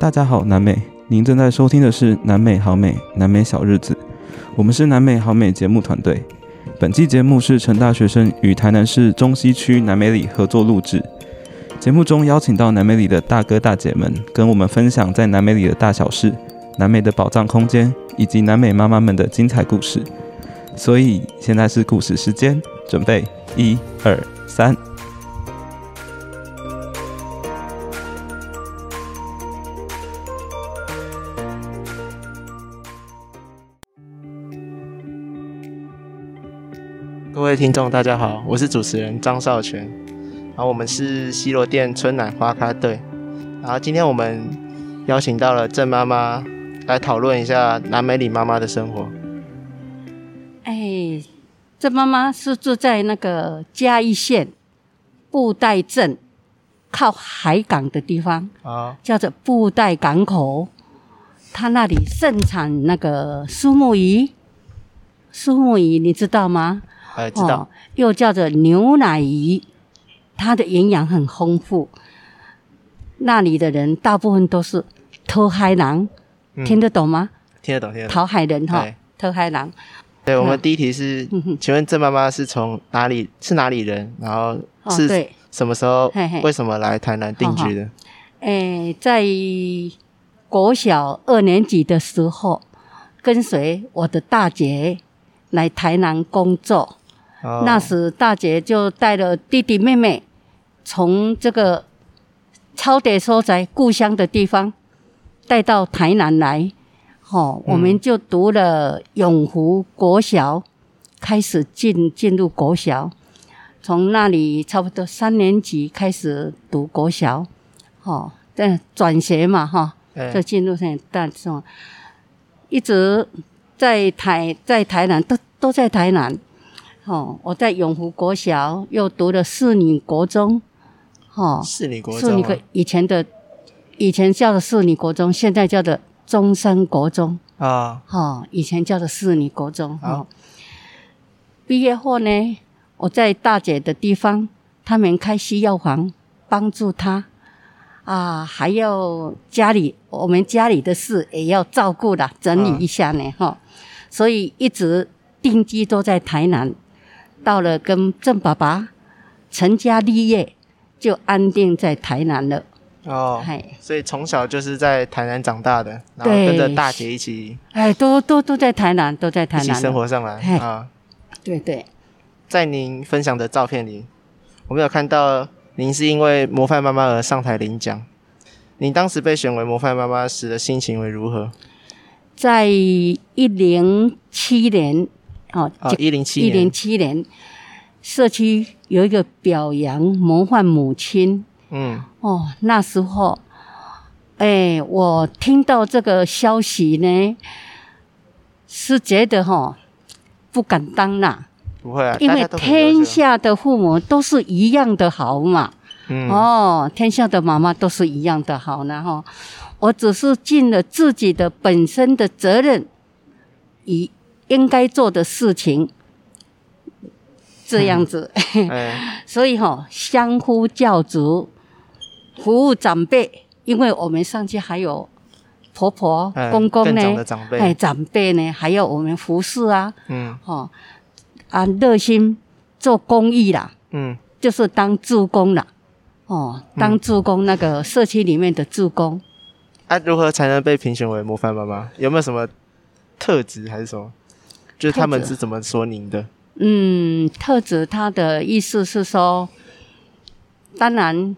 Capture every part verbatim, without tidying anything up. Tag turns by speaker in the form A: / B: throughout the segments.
A: 大家好，南美，您正在收听的是南美好美南美小日子，我们是南美好美节目团队。本期节目是成大学生与台南市中西区南美里合作录制。节目中邀请到南美里的大哥大姐们，跟我们分享在南美里的大小事、南美的宝藏空间，以及南美妈妈们的精彩故事。所以现在是故事时间，准备一二三。
B: 各位听众大家好，我是主持人张少全，然后我们是西螺店春暖花咖队，然后今天我们邀请到了郑妈妈来讨论一下南美里妈妈的生活。
C: 哎，郑妈妈是住在那个嘉义县布袋镇靠海港的地方，哦、叫做布袋港口，它那里盛产那个虱目鱼，虱目鱼你知道吗？
B: 哎，知道、哦，
C: 又叫做牛奶鱼，它的营养很丰富。那里的人大部分都是讨海人、嗯，听得懂吗？
B: 听得懂，听得懂。
C: 讨海人哈，讨海人。
B: 对，我们第一题是，嗯、请问郑妈妈是从哪里？是哪里人？然后是什么时候？哦、嘿嘿为什么来台南定居的？
C: 哎，在国小二年级的时候，跟随我的大姐来台南工作。Oh. 那时大姐就带了弟弟妹妹从这个超地所在故乡的地方带到台南来、哦嗯、我们就读了永福国小，开始进进入国小，从那里差不多三年级开始读国小，哦，对，转学嘛哈、哦，就进入现在这一直在台在台南都都在台南。哦，我在永福国小又读了士女国中，哦，
B: 士女国中、啊，
C: 士女以前的以前叫的士女国中，现在叫的中山国中啊，哦，以前叫的士女国中。哦，毕业后呢，我在大姐的地方，他们开西药房，帮助她啊，还要家里我们家里的事也要照顾啦，整理一下呢，哈、啊哦，所以一直定居都在台南。到了跟郑爸爸成家立业，就安定在台南了。
B: 哦，所以从小就是在台南长大的，然后跟着大姐一起，
C: 哎，都都都在台南，都在台南一
B: 起生活上来啊。
C: 对对，
B: 在您分享的照片里，我们有看到您是因为模范妈妈而上台领奖。您当时被选为模范妈妈时的心情为如何？
C: 在一零七年。
B: 哦，一零七年，
C: 一零七年，社区有一个表扬模范母亲。嗯，哦，那时候，哎，我听到这个消息呢，是觉得哈、哦、不敢当啦。
B: 不会啊，
C: 因为天下的父母都是一样的好嘛。嗯，哦，天下的妈妈都是一样的好呢哈。我只是尽了自己的本身的责任，以。应该做的事情，这样子，嗯哎、所以哈、哦，相夫教子，服务长辈，因为我们上去还有婆婆、哎、公公呢，
B: 的长辈，
C: 哎，长辈呢，还有我们服侍啊，嗯，哦，啊，热心做公益啦，嗯，就是当志工啦，哦，当志工那个社区里面的志工。
B: 啊，如何才能被评选为模范妈妈？有没有什么特质还是什么？就是他们是怎么说您的？
C: 嗯，特质他的意思是说，当然，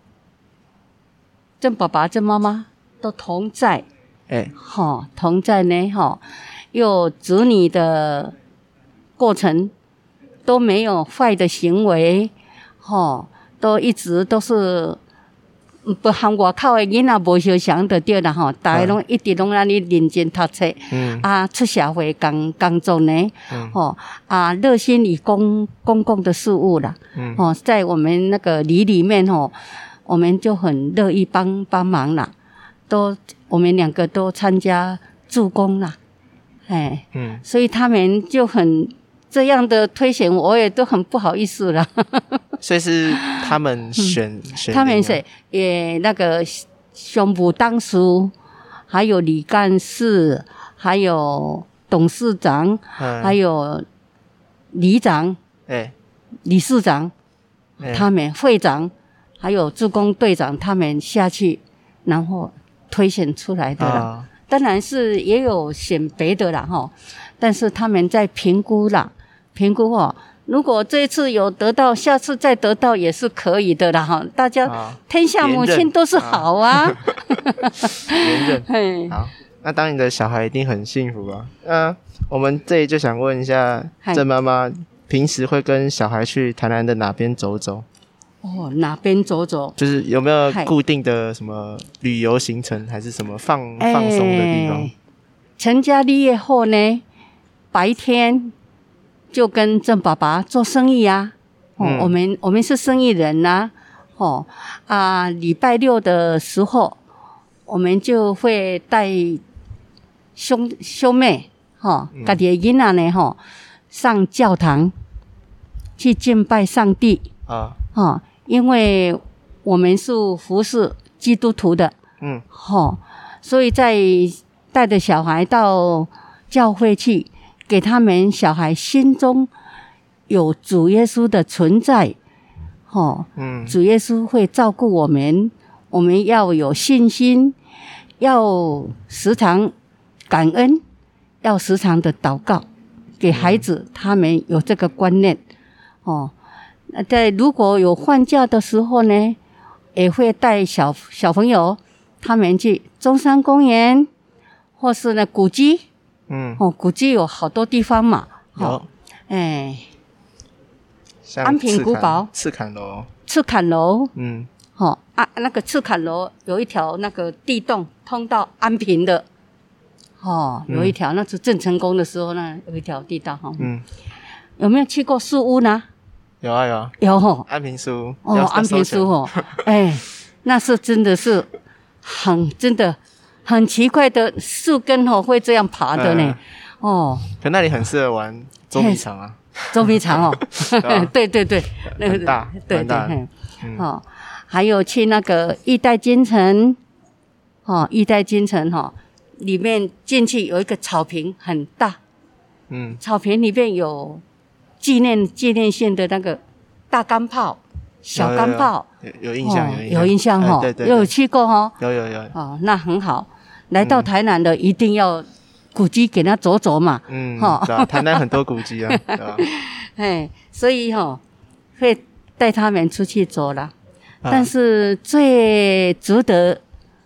C: 郑爸爸、郑妈妈都同在，哎、欸，哈、哦，同在呢，哈、哦，又子女的过程都没有坏的行为，哈、哦，都一直都是。不和外口的囡仔无相像就对啦吼，大家拢一直拢安尼认真读册，嗯、啊，出社会工工作呢，嗯、哦，啊，热心于公公共的事务啦，嗯、哦，在我们那个里里面吼，我们就很乐意帮帮忙啦，都我们两个都参加助攻啦，哎，嗯，所以他们就很这样的推选，我也都很不好意思啦。
B: 所以是他们选，嗯、选
C: 他们是也那个胸部当书，还有李干事，还有董事长，嗯、还有里长，
B: 哎，
C: 理事长，哎、他们会长，还有志工队长，他们下去，然后推选出来的啦。啊、当然是也有选别的啦哈，但是他们在评估啦，评估哦。如果这一次有得到，下次再得到也是可以的啦哈。大家、啊、天下母亲都是好啊。
B: 连任。好，那当你的小孩一定很幸福啊。嗯、呃，我们这里就想问一下郑妈妈，平时会跟小孩去台南的哪边走走？
C: 哦，哪边走走？
B: 就是有没有固定的什么旅游行程，还是什么放、欸、放松的地方？
C: 成家立业后呢，白天就跟郑爸爸做生意啊，哦，嗯、我们我们是生意人呐、啊，哦啊，礼拜六的时候，我们就会带兄兄妹，哈、哦，家己的囡仔呢，哈、哦，上教堂去敬拜上帝啊，哦，因为我们是服侍基督徒的，嗯，哦，所以在带着小孩到教会去。给他们小孩心中有主耶稣的存在，哦，嗯，主耶稣会照顾我们，我们要有信心，要时常感恩，要时常的祷告，给孩子他们有这个观念，哦，在如果有放假的时候呢，也会带小小朋友他们去中山公园，或是呢古迹。嗯，哦，古迹有好多地方嘛，
B: 有，
C: 哎，安平古堡、
B: 赤坎楼、
C: 赤坎楼，嗯，哦啊，那个赤坎楼有一条那个地洞通到安平的，哦，有一条、嗯、那是郑成功的时候呢，有一条地道哈，嗯，有没有去过树屋呢？
B: 有啊有啊，
C: 有吼、
B: 哦，安平树屋，
C: 哦，安平树哦，哎，那是真的是很真的。很奇怪的树根哦，会这样爬的呢，嗯、哦。
B: 可那里很适合玩捉迷藏啊。
C: 捉迷藏哦，对对对，
B: 那个大，
C: 对对，嗯、哦，还有去那个玉带金城，哦，玉带金城哈、哦，里面进去有一个草坪很大，嗯，草坪里面有纪念纪念性的那个大钢炮。小钢炮
B: 有, 有, 有, 有印象、哦、有印象有
C: 印象哈、哦哎，对对对有去过哈、哦，
B: 有有有
C: 哦，那很好。来到台南的、嗯、一定要古迹给他走走嘛，
B: 嗯，哈、哦，台南很多古迹啊，对吧？
C: 哎，所以哈、哦、会带他们出去走了、啊，但是最值得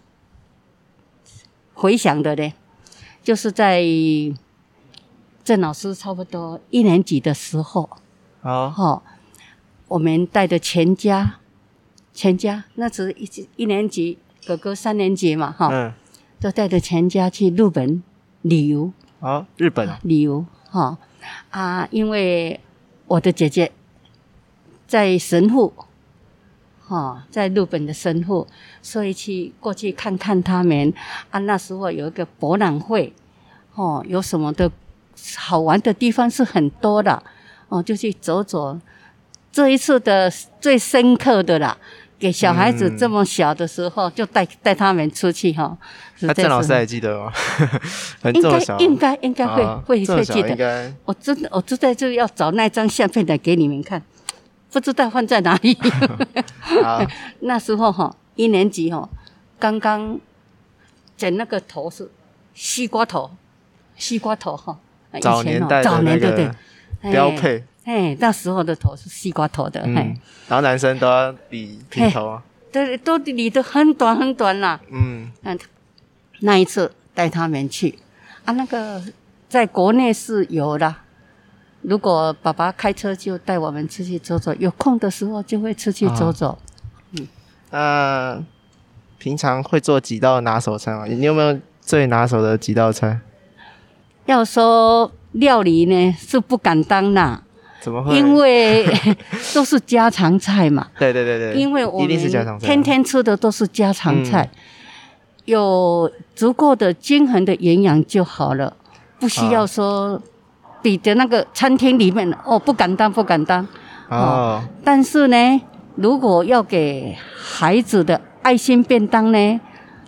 C: 回想的呢，就是在郑老师差不多一年级的时候，哦，哦我们带着全家，全家那时一一年级，哥哥三年级嘛，哈，嗯，就带着全家去日本旅游。
B: 哦，日本啊，
C: 旅游哈啊，因为我的姐姐在神户，哈，在日本的神户，所以去过去看看他们啊。那时候有一个博览会，哦，有什么的好玩的地方是很多的，哦，就去走走。这一次的最深刻的啦，给小孩子这么小的时候，嗯、就带带他们出去哈。
B: 那郑老师还记得吗？很
C: 应该应该应该会、啊、会会记
B: 得。
C: 我真的我就在这要找那张相片来给你们看，不知道放在哪里。那时候哈，一年级哈，刚刚剪那个头是西瓜头，西瓜头哈。
B: 早年代的那个标配。
C: 哎，那时候的头是西瓜头的，嗯、
B: 然后男生都要理平头啊，
C: 对，都理得很短很短啦。嗯，那一次带他们去啊，那个在国内是有的，如果爸爸开车就带我们出去走走，有空的时候就会出去走走。啊、
B: 嗯，那、呃、平常会做几道拿手菜吗？你有没有最拿手的几道菜？
C: 要说料理呢，是不敢当啦。
B: 怎么会？
C: 因为都是家常菜嘛。
B: 对对对对。
C: 因为我们天天吃的都是家常菜，嗯、有足够的均衡的营养就好了，不需要说比的那个餐厅里面哦，不敢当不敢当。哦。哦但是呢，如果要给孩子的爱心便当呢，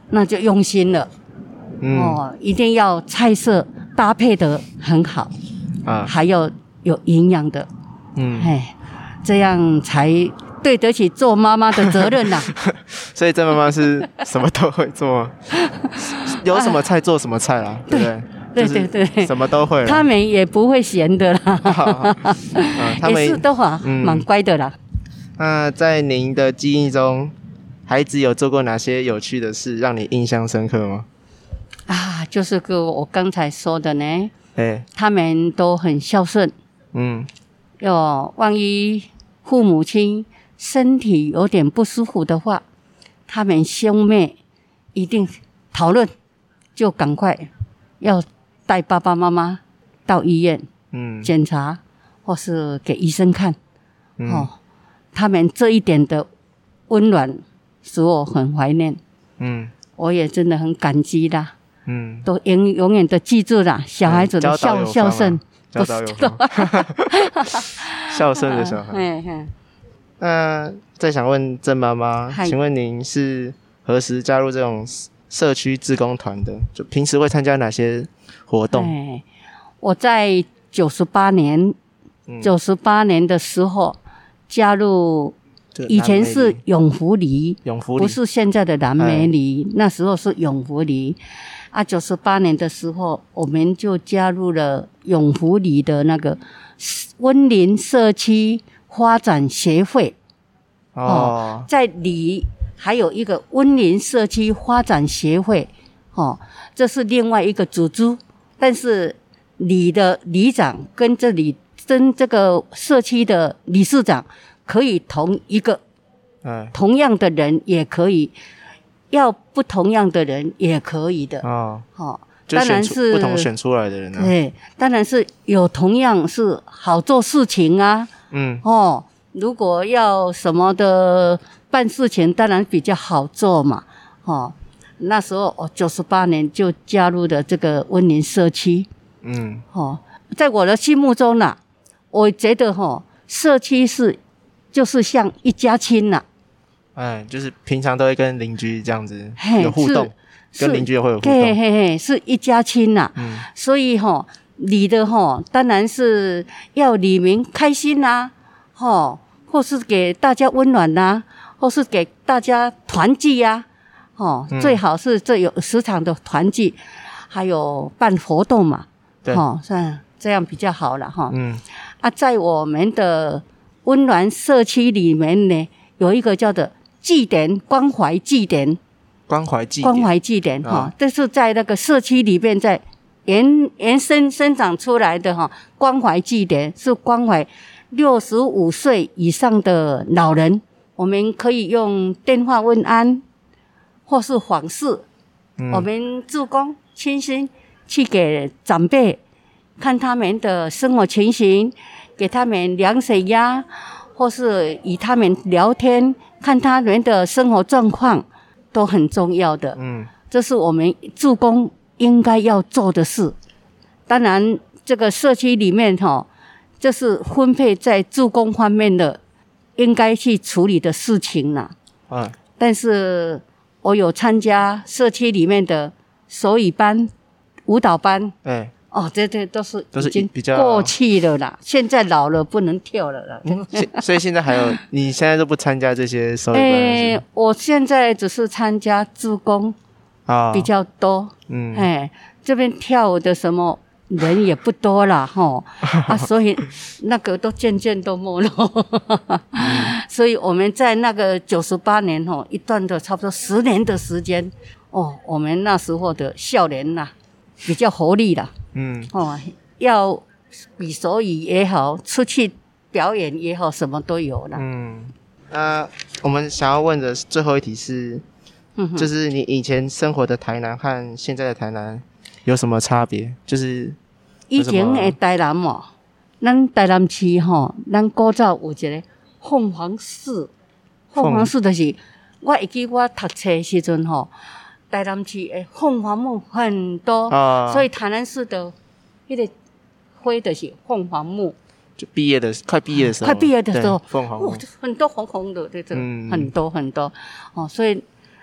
C: 那就用心了。嗯、哦，一定要菜色搭配得很好啊，还要有营养的。嗯，哎，这样才对得起做妈妈的责任呐、啊。
B: 所以郑妈妈是什么都会做，有什么菜做什么菜啦，对不对？
C: 对对对，就是、
B: 什么都会。
C: 他们也不会闲的啦，嗯、他们也是的话，蛮、嗯、乖的啦。
B: 那在您的记忆中，孩子有做过哪些有趣的事让你印象深刻吗？
C: 啊，就是个我刚才说的呢，欸、他们都很孝顺。嗯，哟，万一父母亲身体有点不舒服的话，他们兄妹一定讨论，就赶快要带爸爸妈妈到医院，嗯，检查或是给医生看。嗯、哦，他们这一点的温暖使我很怀念。嗯，我也真的很感激啦。嗯，都永永远都记住了小孩子的孝、嗯、孝顺，
B: 教导有方，孝顺的小孩。嗯嗯。那再想问郑妈妈，请问您是何时加入这种社区志工团的？就平时会参加哪些活动？
C: 我在九十八年，九十八年的时候加入。以前是永福里，
B: 永福里
C: 不是现在的蓝莓里，那时候是永福里。啊，九十八年的时候，我们就加入了永福里的那个温林社区发展协会。哦，哦在里还有一个温林社区发展协会，哦，这是另外一个组织，但是里的里长跟这里跟这个社区的理事长。可以同一个，嗯，同样的人也可以，要不同样的人也可以的哦。
B: 哦，当然是不同选出来的人啊。
C: 对，当然是有同样是好做事情啊。嗯，哦，如果要什么的办事情，当然比较好做嘛。哦，那时候我九十八年就加入了这个温林社区。嗯，哦，在我的心目中呢，我觉得哈、哦，社区是。就是像一家亲呐、
B: 啊，哎，就是平常都会跟邻居这样子有互动，跟邻居也会有互动，
C: 嘿嘿嘿，是一家亲呐、啊。嗯，所以哈、哦，里的哈、哦，当然是要里民开心呐、啊，哈、哦，或是给大家温暖呐、啊，或是给大家团聚呀、啊，哦，嗯、最好是这有时常的团聚，还有办活动嘛，
B: 对，
C: 哦，这样比较好了哈。嗯，啊，在我们的。温暖社区里面呢，有一个叫做祭典关怀祭典，
B: 关怀祭
C: 关怀祭典哈，这是在那个社区里面在延延伸生长出来的哈。关怀祭典是关怀六十五岁以上的老人，我们可以用电话问安，或是访视，嗯、我们志工亲身去给长辈看他们的生活情形。给他们量血压，或是与他们聊天，看他们的生活状况，都很重要的。嗯，这是我们志工应该要做的事。当然，这个社区里面哈、哦，这是分配在志工方面的应该去处理的事情啦。啊，但是我有参加社区里面的手语班、舞蹈班。哎。哦，这这都是已经过去了啦，现在老了不能跳了啦。
B: 嗯、所以现在还有，你现在都不参加这些手语班？
C: 诶、欸，我现在只是参加志工啊，比较多。嗯，哎，这边跳舞的什么人也不多啦，吼啊，所以那个都渐渐都没落。嗯、所以我们在那个九十八年吼，一段的差不多十年的时间，哦，我们那时候的少年呐，比较活力啦。嗯，哦，要比手语也好，出去表演也好，什么都有啦。
B: 嗯，那我们想要问的最后一题是，嗯、就是你以前生活的台南和现在的台南有什么差别？就是
C: 以前的台南嘛，咱台南市吼，咱古早有一个凤凰寺，凤凰寺就是我会记我读册的时阵吼。台南市诶，凤凰木很多，啊、所以台南市的那个花就是凤凰木。
B: 就毕业的，快毕业的时候，
C: 快毕业的时候，
B: 凤凰木、哦、
C: 很多红红的，对对，嗯、很多很多哦。所以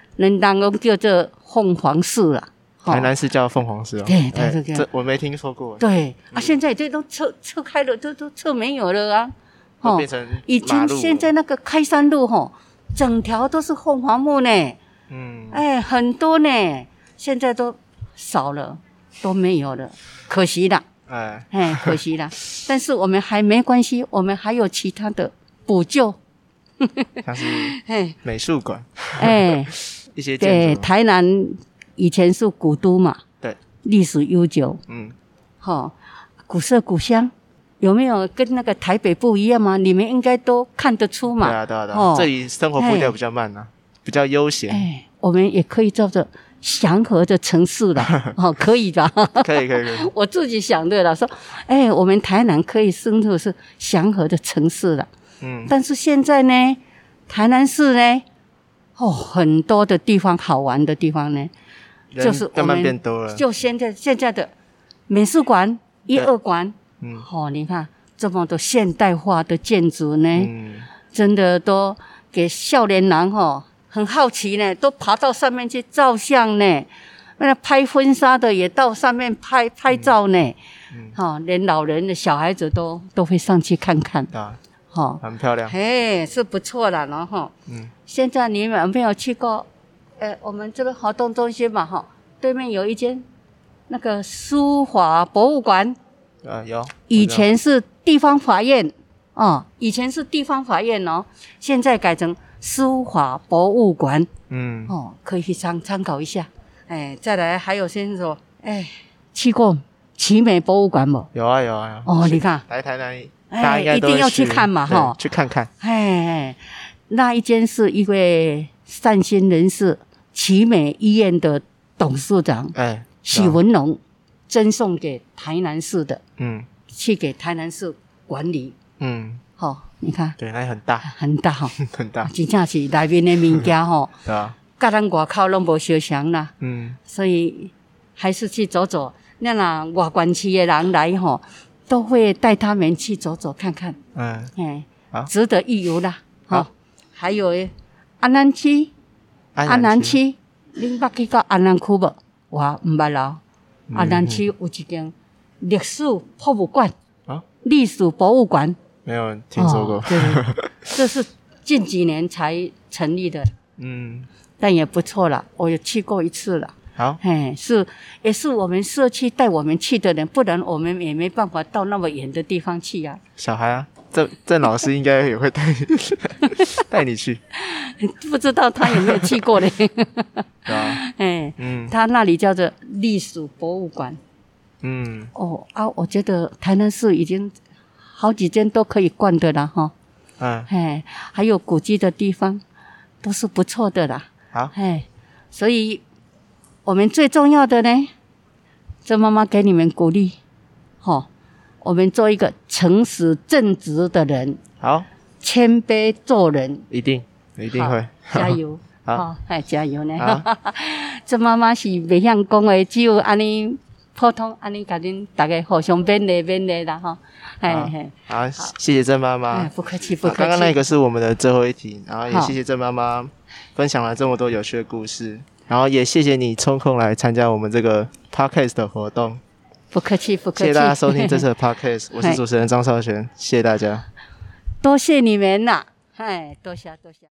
C: 人当中叫做凤凰寺啦。
B: 台南市叫凤凰寺哦。
C: 对，对对对，
B: 这我没听说过。
C: 对、嗯、啊，现在这都撤撤开了，都都撤没有了啊。
B: 都变成
C: 以前现在那个开山路吼，整条都是凤凰木呢。嗯，哎，很多呢，现在都少了，都没有了，可惜了。哎，哎，可惜了。但是我们还没关系，我们还有其他的补救，
B: 像是美术馆，
C: 哎，
B: 一些建筑。
C: 对，台南以前是古都嘛，
B: 对，
C: 历史悠久，
B: 嗯，
C: 好，古色古香，有没有跟那个台北不一样吗？你们应该都看得出嘛。
B: 对啊，对啊，对啊，哦、这里生活步调比较慢啊，比较悠闲。
C: 哎，我们也可以叫做祥和的城市啦，哦，可以的，
B: 可以，可以，可以。我
C: 自己想的啦，说，哎，我们台南可以称作是祥和的城市了。嗯，但是现在呢，台南市呢，哦，很多的地方好玩的地方呢，就是我们
B: 慢慢变多了。
C: 就现在现在的美术馆、一二馆，嗯，哦，你看这么多现代化的建筑呢，嗯，真的都给少年郎哦。很好奇呢，都爬到上面去照相呢。那拍婚纱的也到上面拍拍照呢。嗯，嗯哦，连老人的小孩子都都会上去看看。
B: 啊，哦，很漂亮。
C: 嘿，是不错了，然后，嗯，现在你们有没有去过？呃，我们这边活动中心嘛，哈，对面有一间那个书法博物馆。
B: 啊，有。
C: 以前是地方法院哦，以前是地方法院哦，现在改成书法博物馆，嗯，哦，可以去参参考一下。哎，再来还有先说，哎，去过奇美博物馆不？
B: 有啊有啊有啊。
C: 哦，你看
B: 来台南，
C: 哎，
B: 大家应该都
C: 一定要去看嘛，哈，
B: 去看看。
C: 哎，那一间是一位善心人士，奇美医院的董事长，哎，许文龙赠送给台南市的，嗯，去给台南市管理，嗯。哦，你看，
B: 对，那很大，
C: 很大哈、哦，
B: 很大，
C: 真正是里面的物件哈、哦，
B: 对啊，
C: 跟咱外口拢无相像啦，嗯，所以还是去走走。那啦，外县市的人来哈、哦，都会带他们去走走看看，嗯，哎，好，值得一游啦，哈、哦。还有安南区，安南区，恁捌去到安南区无？我唔捌咯。安南区有一间历史博物馆，啊，历史博物馆。
B: 没有听说过，哦、
C: 对对这是近几年才成立的，嗯，但也不错了，我也去过一次了。
B: 好，
C: 哎，是也是我们社区带我们去的人，不然我们也没办法到那么远的地方去啊。
B: 小孩啊，郑郑老师应该也会带带你去，
C: 不知道他有没有去过呢？
B: 对啊，
C: 哎，嗯，他那里叫做历史博物馆，嗯，哦啊，我觉得台南市已经好几间都可以逛的啦，哈，嗯，哎，还有古迹的地方都是不错的啦。
B: 好，
C: 哎，所以我们最重要的呢，这妈妈给你们鼓励，哈，我们做一个诚实正直的人，
B: 好，
C: 谦卑做人，
B: 一定一定会，
C: 加油，
B: 好，哦、
C: 哎，加油呢！这妈妈是袂晓讲的，只有安尼普通安尼，甲恁大家互相勉励勉励啦，哈。
B: 哎，好，谢谢郑妈妈。
C: 不客气，不客气。
B: 刚刚那个是我们的最后一题，然后也谢谢郑妈妈分享了这么多有趣的故事，然后也谢谢你抽空来参加我们这个 podcast 的活动。
C: 不客气，不客气。
B: 谢谢大家收听这次的 podcast， 我是主持人张少全，谢谢大家。
C: 多谢你们啦，哎，多谢多谢。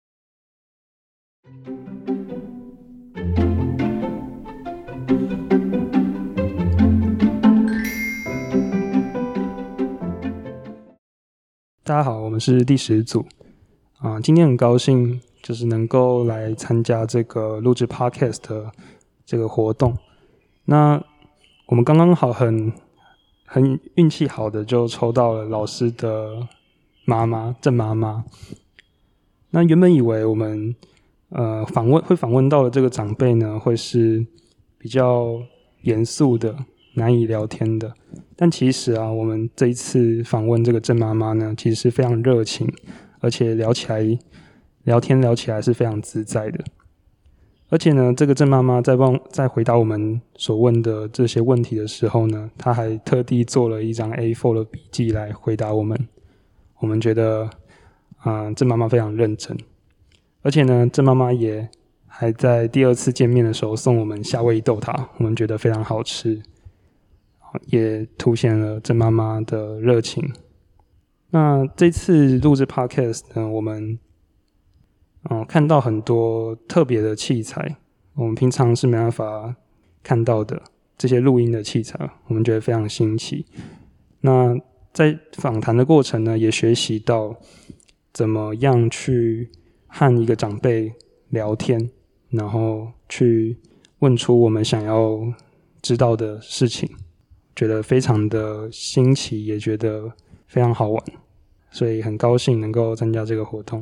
A: 大家好，我们是第十组啊、呃，今天很高兴就是能够来参加这个录制 podcast 的这个活动。那我们刚刚好很很运气好的就抽到了老师的妈妈郑妈妈。那原本以为我们呃访问会访问到的这个长辈呢，会是比较严肃的、难以聊天的。但其实啊，我们这一次访问这个郑妈妈呢，其实是非常热情，而且聊起来聊天聊起来是非常自在的。而且呢，这个郑妈妈在帮在回答我们所问的这些问题的时候呢，她还特地做了一张 A 四 的笔记来回答我们。我们觉得，嗯、呃，郑妈妈非常认真，而且呢，郑妈妈也
D: 还在第二次见面的时候送我们夏威夷豆塔，我们觉得非常好吃，也凸显了郑妈妈的热情。那这次录制 podcast 呢，我们、呃、看到很多特别的器材，我们平常是没办法看到的这些录音的器材，我们觉得非常新奇。那在访谈的过程呢，也学习到怎么样去和一个长辈聊天，然后去问出我们想要知道的事情，觉得非常的新奇，也觉得非常好玩，所以很高兴能够参加这个活动。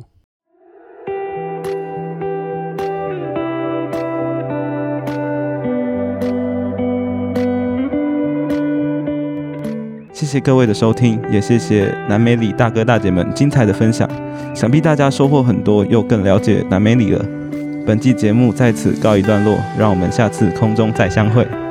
A: 谢谢各位的收听，也谢谢南美里大哥大姐们精彩的分享，想必大家收获很多，又更了解南美里了。本季节目在此告一段落，让我们下次空中再相会。